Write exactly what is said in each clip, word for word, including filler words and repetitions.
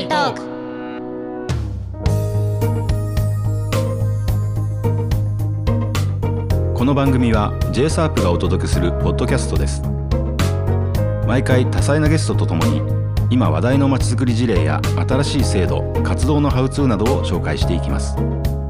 ートーク。 この番組は ジェイサープ がお届けするポッドキャストです。毎回多彩なゲストとともに今話題のまちづくり事例や新しい制度、活動のハウツーなどを紹介していきます。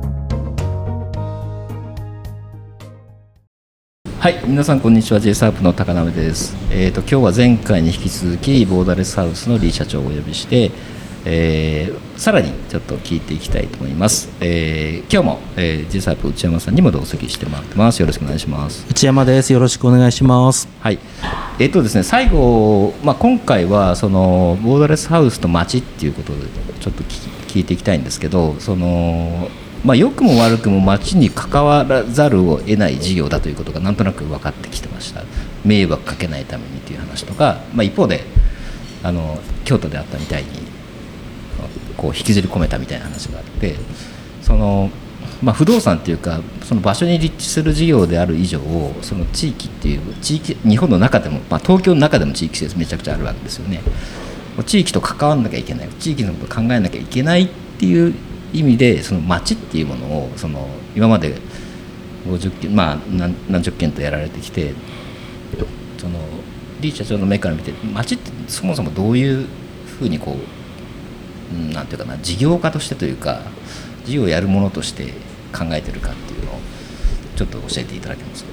はい、皆さんこんにちは。 ジェイサープ の高鍋です。えーと今日は前回に引き続きボーダレスハウスのリー社長をお呼びして、えー、さらにちょっと聞いていきたいと思います。えー、今日も、えー、ジェイサープ 内山さんにも同席してもらってます。よろしくお願いします。 内山です。よろしくお願いします。 はい、えーとですね、最後、まあ、今回はそのボーダレスハウスと街っていうことでちょっと聞いていきたいんですけど、そのまあ、良くも悪くも街に関わらざるを得ない事業だということがなんとなく分かってきてました。迷惑かけないためにという話とか、まあ、一方であの京都であったみたいにこう引きずり込めたみたいな話があって、その、まあ、不動産っていうかその場所に立地する事業である以上、その地域っていう地域、日本の中でも、まあ、東京の中でも地域性めちゃくちゃあるわけですよね。地域と関わらなきゃいけない、地域のことを考えなきゃいけないっていう意味で、その街っていうものをその今までごじゅっけん、まあ 何, 何十件とやられてきて、そのリー社長の目から見て街ってそもそもどういうふうにこうなんていうかな、事業家としてというか事業をやるものとして考えてるかっていうのをちょっと教えていただけますか。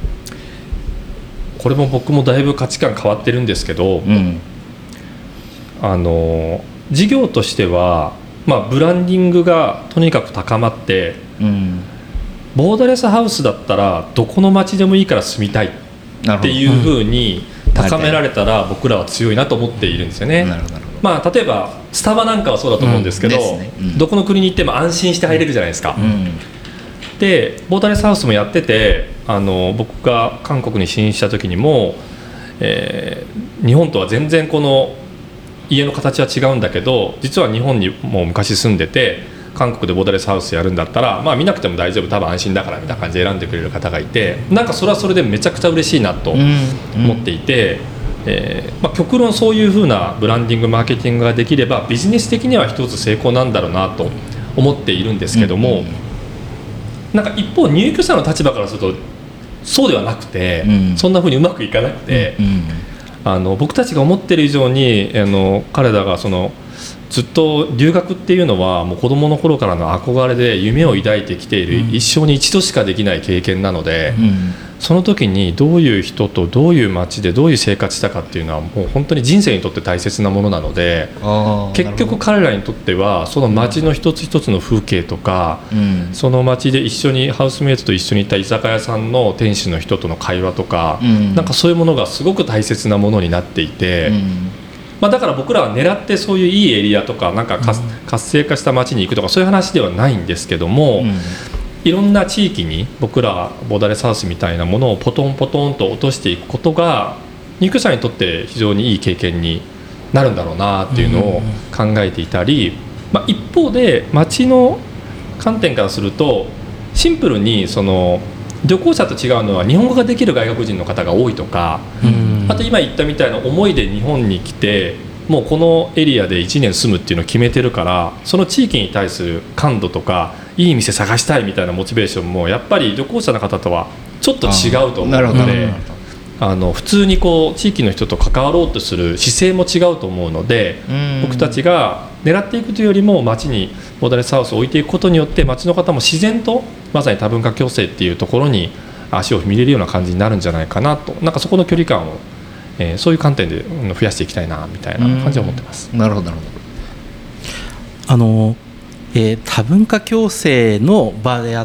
これも僕もだいぶ価値観変わってるんですけど、うん、あの事業としてはまあ、ブランディングがとにかく高まって、うん、ボーダレスハウスだったらどこの町でもいいから住みたいっていうふうに高められたら僕らは強いなと思っているんですよね。まあ、例えばスタバなんかはそうだと思うんですけど、うんねうん、どこの国に行っても安心して入れるじゃないですか、うん、でボーダレスハウスもやってて、あの僕が韓国に進出した時にも、えー、日本とは全然この家の形は違うんだけど、実は日本にもう昔住んでて韓国でボーダレスハウスやるんだったら、まあ、見なくても大丈夫、多分安心だからみたいな感じで選んでくれる方がいて、なんかそれはそれでめちゃくちゃ嬉しいなと思っていて、うんうんえーまあ、極論そういう風なブランディングマーケティングができればビジネス的には一つ成功なんだろうなと思っているんですけども、うんうん、なんか一方入居者の立場からするとそうではなくて、うん、そんな風にうまくいかなくて、うんうんあの僕たちが思ってる以上にあの彼らがそのずっと留学っていうのはもう子どもの頃からの憧れで夢を抱いてきている、うん、一生に一度しかできない経験なので、うん、その時にどういう人とどういう街でどういう生活したかっていうのはもう本当に人生にとって大切なものなので、結局彼らにとってはその街の一つ一つの風景とか、うん、その街で一緒にハウスメイトと一緒にいた居酒屋さんの店主の人との会話とか、うん、なんかそういうものがすごく大切なものになっていて、うんまあ、だから僕らは狙ってそういういいエリアとかなんか活性化した街に行くとかそういう話ではないんですけども、うん、いろんな地域に僕らボーダレスハウスみたいなものをポトンポトンと落としていくことが入居者にとって非常にいい経験になるんだろうなっていうのを考えていたり、まあ、一方で街の観点からするとシンプルにその旅行者と違うのは日本語ができる外国人の方が多いとか、うんあと今言ったみたいな思いで日本に来てもうこのエリアでいちねん住むっていうのを決めてるから、その地域に対する感度とかいい店探したいみたいなモチベーションもやっぱり旅行者の方とはちょっと違うと思うので、あの普通にこう地域の人と関わろうとする姿勢も違うと思うので、僕たちが狙っていくというよりも街にボーダレスハウスを置いていくことによって街の方も自然とまさに多文化共生っていうところに足を踏み入れるような感じになるんじゃないかなと、なんかそこの距離感をえー、そういう観点で増やしていきたいなみたいな感じを思ってます。 なるほどなるほど。 あの、えー、多文化共生の場であって、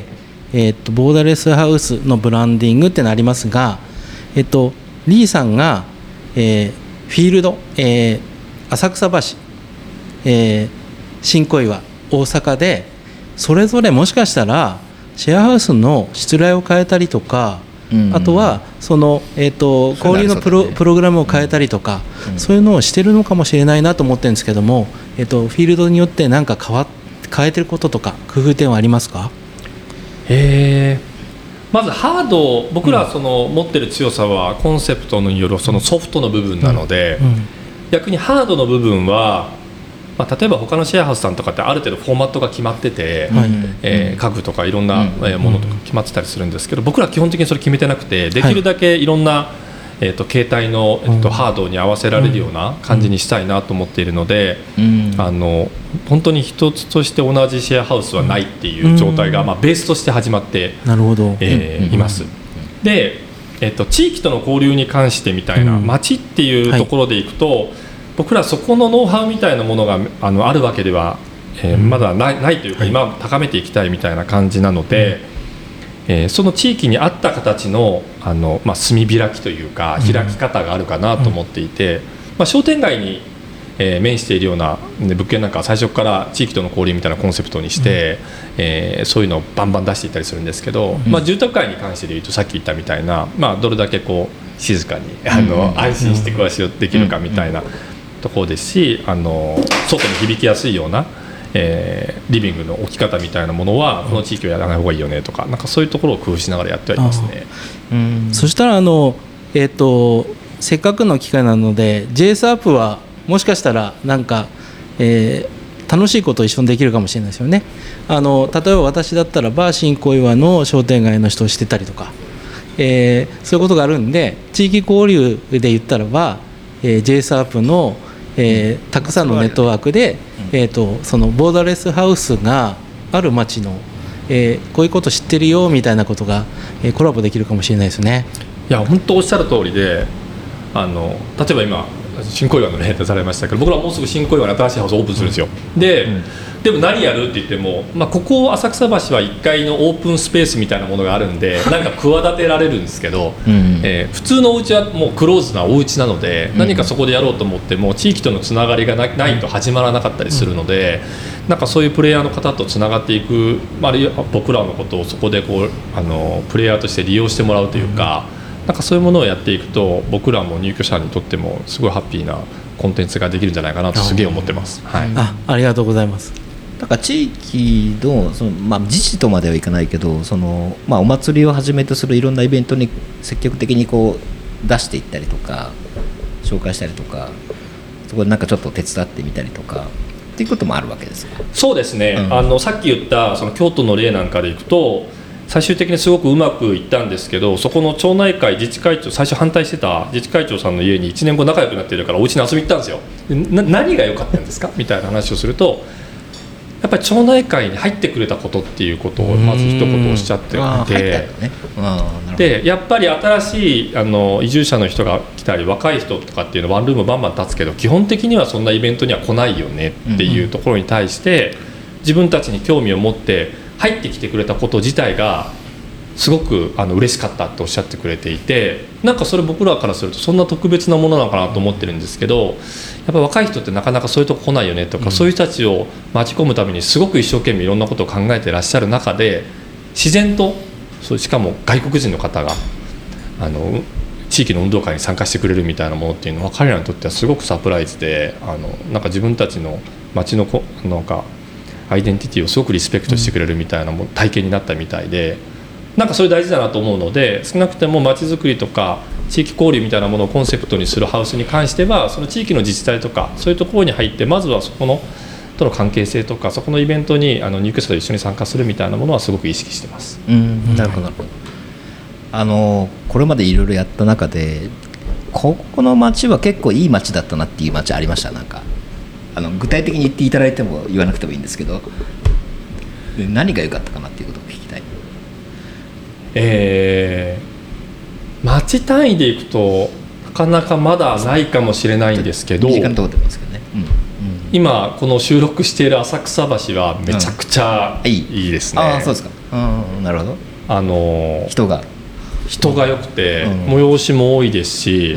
えー、とボーダレスハウスのブランディングってなりますが、えー、とリーさんが、えー、フィールド、えー、浅草橋、えー、新小岩、大阪でそれぞれもしかしたらシェアハウスのしつらいを変えたりとか、うん、あとはその、えー、と交流のプ ロ, プログラムを変えたりとか、うん、そういうのをしてるのかもしれないなと思ってるんですけども、えー、とフィールドによって何か変わ変えてることとか工夫点はありますか？ えー、まずハード、僕らその持ってる強さはコンセプトによるそのソフトの部分なので、うんうん、逆にハードの部分はまあ、例えば他のシェアハウスさんとかってある程度フォーマットが決まってて、はい、えー、家具とかいろんなものとか決まってたりするんですけど、僕ら基本的にそれ決めてなくて、できるだけいろんな、えー、と携帯の、えー、とハードに合わせられるような感じにしたいなと思っているので、あの本当に一つとして同じシェアハウスはないっていう状態が、まあ、ベースとして始まって、 なるほど、 えー、います。で、えー、と地域との交流に関してみたいな、街っていうところでいくと、はい、僕らそこのノウハウみたいなものが あのあるわけでは、えー、まだない、ないというか、今高めていきたいみたいな感じなので、えー、その地域に合った形の、あの、まあ、住み開きというか開き方があるかなと思っていて、まあ、商店街に、えー、面しているような、ね、物件なんかは最初から地域との交流みたいなコンセプトにして、えー、そういうのをバンバン出していったりするんですけど、まあ、住宅街に関して言うとさっき言ったみたいな、まあ、どれだけこう静かにあの安心して暮らしをできるかみたいなところですし、あの外に響きやすいような、えー、リビングの置き方みたいなものはこの地域はやらない方がいいよねとか、なんかそういうところを工夫しながらやってはいますね。 うん、そしたらあの、えーと、せっかくの機会なので ジェイエス アップはもしかしたらなんか、えー、楽しいことを一緒にできるかもしれないですよね。あの例えば私だったらバー新小岩の商店街の人をしてたりとか、えー、そういうことがあるんで、地域交流で言ったらば、えー、ジェイエス アップのえー、たくさんのネットワークで、えー、とそのボーダレスハウスがある町の、えー、こういうこと知ってるよみたいなことが、えー、コラボできるかもしれないですね。 いや本当おっしゃる通りで、あの例えば今新小岩の例出されましたけど、僕らはもうすぐ新小岩に新しいハウスをオープンするんですよ。で、うんでも何やるって言っても、まあ、ここ浅草橋はいっかいのオープンスペースみたいなものがあるんでなんか企てられるんですけど、うんえー、普通のお家はもうクローズなお家なので、うん、何かそこでやろうと思っても地域とのつながりが な, ないと始まらなかったりするので、うん、なんかそういうプレイヤーの方とつながっていく、まあ、あるいは僕らのことをそこでこうあのプレイヤーとして利用してもらうというか、うん、なんかそういうものをやっていくと僕らも入居者にとってもすごいハッピーなコンテンツができるんじゃないかなとすげえ思ってます。はい、 あ, ありがとうございます。 だから地域 の, その、まあ、自治とまではいかないけど、その、まあ、お祭りをはじめとするいろんなイベントに積極的にこう出していったりとか紹介したりとか、そこでなんかちょっと手伝ってみたりとかっていうこともあるわけですか。 そうですね、うん、あのさっき言ったその京都の例なんかでいくと最終的にすごくうまくいったんですけど、そこの町内会自治会長、最初反対してた自治会長さんの家にいちねんご仲良くなっているからお家に遊びに行ったんですよ。な何が良かったんですかみたいな話をすると、やっぱり町内会に入ってくれたことっていうことをまず一言おっしゃっていて、でやっぱり新しいあの移住者の人が来たり若い人とかっていうのはワンルームバンバン立つけど基本的にはそんなイベントには来ないよねっていうところに対して自分たちに興味を持って入ってきてくれたこと自体がすごくあの嬉しかったっておっしゃってくれていて、なんかそれ僕らからするとそんな特別なものなのかなと思ってるんですけど、やっぱ若い人ってなかなかそういうとこ来ないよねとか、うん、そういう人たちを巻き込むためにすごく一生懸命いろんなことを考えてらっしゃる中で自然とそうしかも外国人の方があの地域の運動会に参加してくれるみたいなものっていうのは彼らにとってはすごくサプライズで、あのなんか自分たちの街のこなんかアイデンティティをすごくリスペクトしてくれるみたいなも体験になったみたいで、なんかそれ大事だなと思うので、少なくても街づくりとか地域交流みたいなものをコンセプトにするハウスに関してはその地域の自治体とかそういうところに入ってまずはそこのとの関係性とかそこのイベントにあの入居者と一緒に参加するみたいなものはすごく意識してます。 うん、なるほどなるほど。あのこれまでいろいろやった中でここの街は結構いい街だったなっていう街ありました？なんかあの具体的に言っていただいても言わなくてもいいんですけど、何が良かったかなっていうことを聞きたい。 えー、町単位でいくとなかなかまだないかもしれないんですけど、 身近なところでますけどね、うんうん、 今この収録している浅草橋はめちゃくちゃいいですね、 うん、ああそうですか、うん、なるほど。 あの人が人が良くて、うん、催しも多いですし、うん、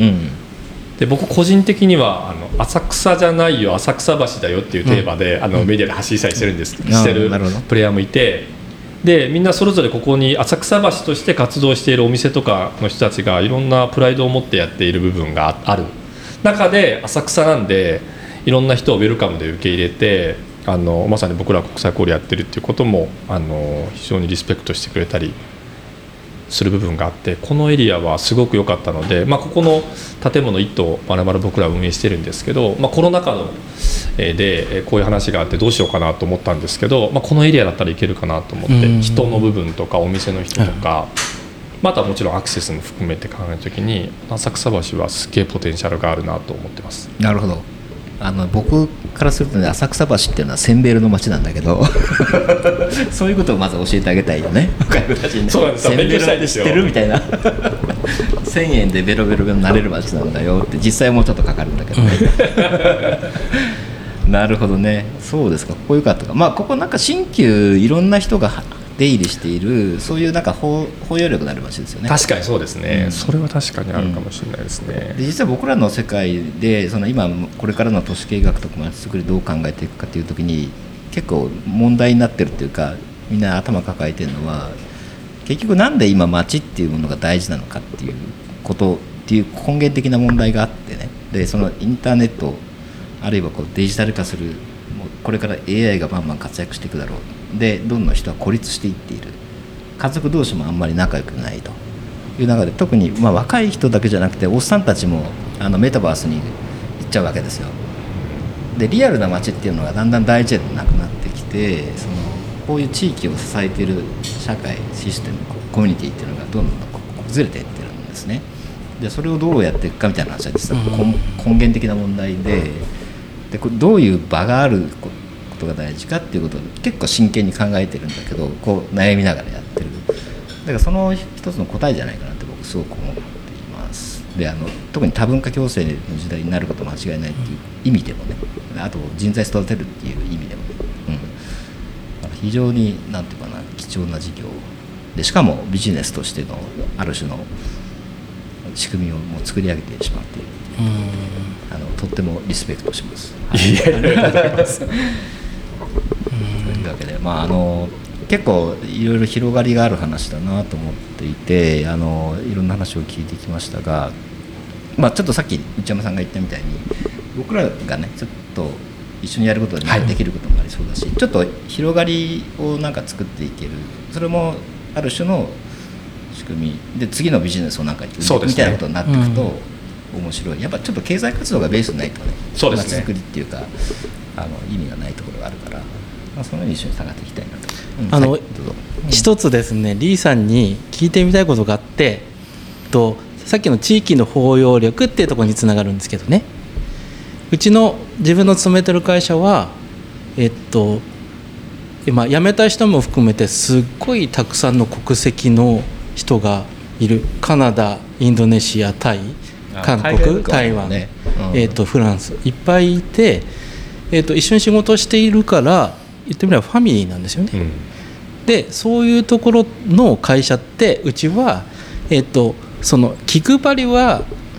で僕個人的にはあの浅草じゃないよ浅草橋だよっていうテーマで、うん、あのメディアで発信したりしてるんです、うん、してるプレイヤーもいて、でみんなそれぞれここに浅草橋として活動しているお店とかの人たちがいろんなプライドを持ってやっている部分がある中で、浅草なんでいろんな人をウェルカムで受け入れて、あのまさに僕ら国際交流やってるっていうこともあの非常にリスペクトしてくれたりする部分があって、このエリアはすごく良かったので、まあ、ここの建物いっ棟まるまる僕らは運営してるんですけど、まあ、コロナ禍のでこういう話があってどうしようかなと思ったんですけど、まあ、このエリアだったらいけるかなと思って、人の部分とかお店の人とか、またもちろんアクセスも含めて考えたときに、浅草橋はすげえポテンシャルがあるなと思ってます。 なるほど。あの僕からするとね、浅草橋っていうのはせんべいの街なんだけどそういうことをまず教えてあげたいよね、若い子たちにね。 そうなんですよ、勉強したいですよ。 知ってるみたいなせんえんでベロベロになれる街なんだよって、実際もうちょっとかかるんだけどねなるほどね。そうですか、ここ良かったか。まあここなんか新旧いろんな人が出入りしている、そういうなんか包包容力のある街ですよね。 確かにそうですね、うん、それは確かにあるかもしれないですね、 うん、で実は僕らの世界でその今これからの都市計画とか街づくりどう考えていくかというときに結構問題になってるっていうか、みんな頭抱えてるのは、結局なんで今街っていうものが大事なのかっていうことっていう根源的な問題があってね。でそのインターネットあるいはこうデジタル化する、もうこれから エーアイ がバンバン活躍していくだろう。でどんどん人は孤立していっている、家族同士もあんまり仲良くないという中で、特にまあ若い人だけじゃなくておっさんたちもあのメタバースに行っちゃうわけですよ。でリアルな街っていうのがだんだん大事じゃなくなってきて、そのこういう地域を支えている社会システムコミュニティっていうのがどんどん崩れていってるんですね。でそれをどうやっていくかみたいな話は実は根源的な問題で、でこれどういう場があることが大事かっていうことを結構真剣に考えてるんだけど、こう悩みながらやってる。だからその一つの答えじゃないかなって僕すごく思っています。であの特に多文化共生の時代になること間違いないっていう意味でもね、あと人材育てるっていう意味でも、うん、非常になんていうかな、貴重な事業で、しかもビジネスとしてのある種の仕組みをもう作り上げてしまっている。あのとってもリスペクトします。はい、いやありがとうございます。というわけで、まああの結構いろいろ広がりがある話だなと思っていて、あのいろんな話を聞いてきましたが、まあ、ちょっとさっき内山さんが言ったみたいに、僕らがねちょっと一緒にやることができることもありそうだし、はい、ちょっと広がりをなんか作っていける、それもある種の仕組みで次のビジネスをなんか生んでいくみたいなことになっていくと面白い。やっぱちょっと経済活動がベースにないとね、 そうですね、 街づくりっていうかあの意味がないところがあるから、まあ、そのように一緒に探っていきたいなと。うん、 あの、 はい、 一つですね、リーさんに聞いてみたいことがあって、とさっきの地域の包容力っていうところにつながるんですけどね、うちの自分の勤めてる会社はえっと今辞めた人も含めてすっごいたくさんの国籍の人がいる。カナダ、インドネシア、タイ、韓国、台湾、ね、うん、えっとフランスいっぱいいて、えっと一緒に仕事をしているから言ってみればファミリーなんですよね、うん、でそういうところの会社ってうちは、えっとその気配りは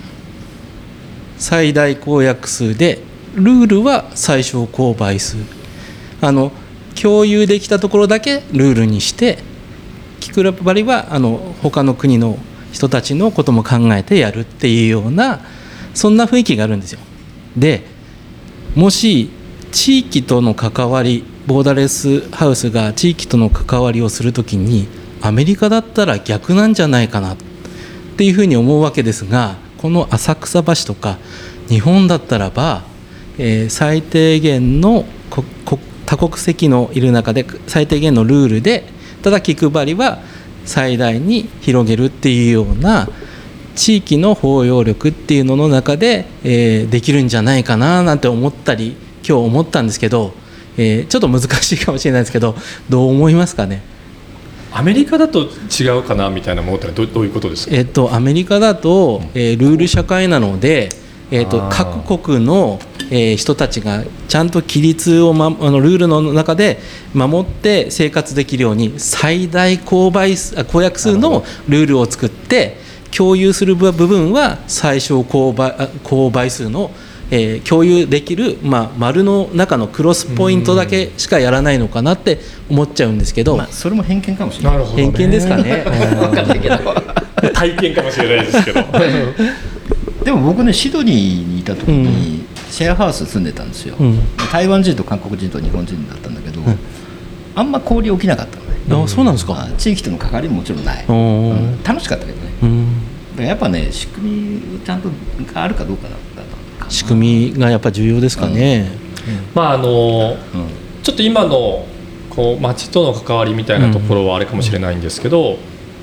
最大公約数でルールは最小公倍数、あの共有できたところだけルールにして、気配りはあの他の国の人たちのことも考えてやるっていうような、そんな雰囲気があるんですよ。でもし地域との関わり、ボーダレスハウスが地域との関わりをするときにアメリカだったら逆なんじゃないかなっていうふうに思うわけですが、この浅草橋とか日本だったらば、えー、最低限の多国籍のいる中で最低限のルールで、ただ気配りは最大に広げるっていうような地域の包容力っていうのの中で、えー、できるんじゃないかななんて思ったり今日思ったんですけど、えー、ちょっと難しいかもしれないですけど、どう思いますかね。 アメリカだと違うかなみたいな思ったら ど, どういうことですか。 えっと、アメリカだと、えー、ルール社会なので、えー、と各国の、えー、人たちがちゃんと規律を、ま、あのルールの中で守って生活できるように最大公倍数公約数のルールを作って、共有する部分は最小公倍、公倍数の、えー、共有できる、まあ、丸の中のクロスポイントだけしかやらないのかなって思っちゃうんですけど、 まあ、それも偏見かもしれない。 なるほどね、偏見ですかね分かんないけど体験かもしれないですけどでも僕ね、シドニーにいた時にシェアハウス住んでたんですよ、うん、台湾人と韓国人と日本人だったんだけど、うん、あんま交流起きなかったのね。 あ、そうなんですか。 まあ地域との関わりももちろんない、 ううんん、楽しかったけどね、 うんだからやっぱね仕組みちゃんとがあるかどうかだったかな。 仕組みがやっぱ重要ですかね。 まああのうんちょっと今のこう町との関わりみたいなところはあれかもしれないんですけど、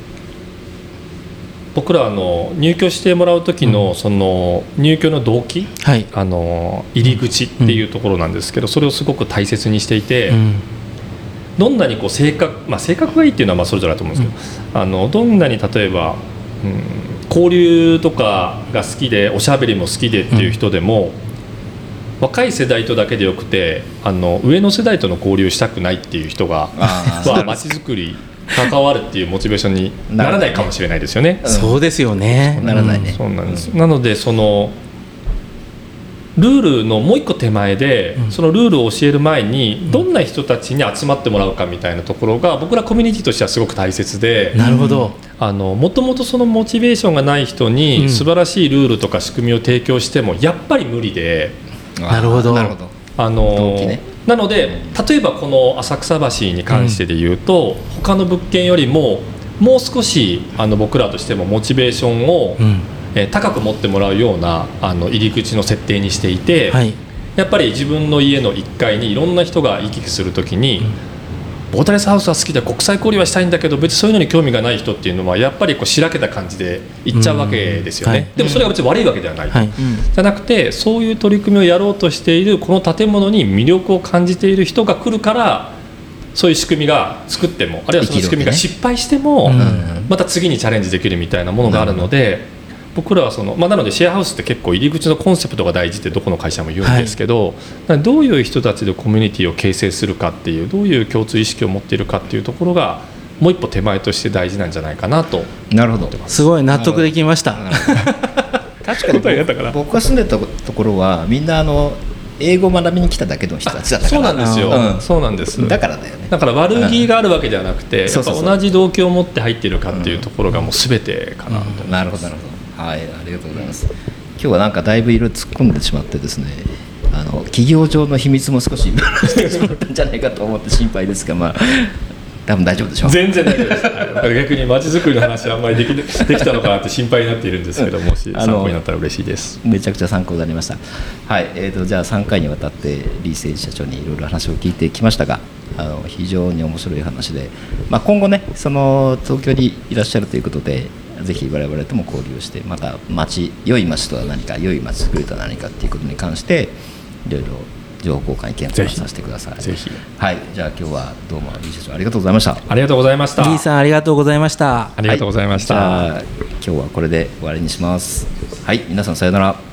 僕らあの入居してもらう時のその入居の動機、 はい。 あの入り口っていうところなんですけど、それをすごく大切にしていて、 うんどんなにこう性格、まあ、性格がいいっていうのはまあそれじゃないと思うんですけど、あのどんなに例えば、うん、交流とかが好きでおしゃべりも好きでっていう人でも、若い世代とだけでよくてあの上の世代との交流したくないっていう人があーは街づくり関わるっていうモチベーションにならないかもしれないですよね。 そうですよね。 ならないね、 そうなんです、なのでそのルールのもう一個手前で、 うんそのルールを教える前にどんな人たちに集まってもらうかみたいなところが僕らコミュニティとしてはすごく大切で、 なるほど。 あのもともとそのモチベーションがない人うんに素晴らしいルールとか仕組みを提供してもやっぱり無理で、 なるほどなるほど。 あの動機ねなので例えばこの浅草橋に関してで言うと、他の物件よりももう少しあの僕らとしてもモチベーションを、 うんえー高く持ってもらうようなあの入り口の設定にしていて、 はい。 やっぱり自分の家のいっかいにいろんな人が行き来するときに、ボーダレスハウスは好きで国際交流はしたいんだけど別にそういうのに興味がない人っていうのはやっぱりこうしらけた感じで行っちゃうわけですよね、 うんはいでもそれが別に悪いわけではない、 はい。 じゃなくてそういう取り組みをやろうとしているこの建物に魅力を感じている人が来るからそういう仕組みが作ってもあるいはその仕組みが失敗しても、 うんまた次にチャレンジできるみたいなものがあるので、僕らはその、まあ、なのでシェアハウスって結構入り口のコンセプトが大事ってどこの会社も言うんですけど、はい、どういう人たちでコミュニティを形成するかっていうどういう共通意識を持っているかっていうところがもう一歩手前として大事なんじゃないかなと。 なるほど。 すごい納得できました。 確かに答えがだから僕が住んでたところはみんなあの英語を学びに来ただけの人たちだったから。 そうなんですよ、 うんそうなんですだからだよね。 だから悪気があるわけではなくて、 うんやっそうそうそうぱ同じ動機を持って入っているかっていうところがもう全てかなと、 なるほどなるほど。はい、ありがとうございます。今日はなんかだいぶいろいろ突っ込んでしまってですね、あの企業上の秘密も少ししてしまったんじゃないかと思って心配ですが、まあ多分大丈夫でしょう。 全然大丈夫ですはい逆に街づくりの話あんまりできできたのかなって心配になっているんですけど、もし参考になったら嬉しいです。 めちゃくちゃ参考になりました。はい、えーとじゃあさんかいにわたって李誠司社長にいろいろ話を聞いてきましたが、あの非常に面白い話で、まあ、今後ねその東京にいらっしゃるということでぜひ我々とも交流して、また町良い町とは何か良い町づくりとは何かっていうことに関していろいろ情報交換意見を交換させてください。 ぜひ。 はい、じゃあ今日はどうも李社長ありがとうございました。 ありがとうございました。 リーさんありがとうございました。 ありがとうございました。 はい、じゃあ今日はこれで終わりにします。はい、皆さんさようなら。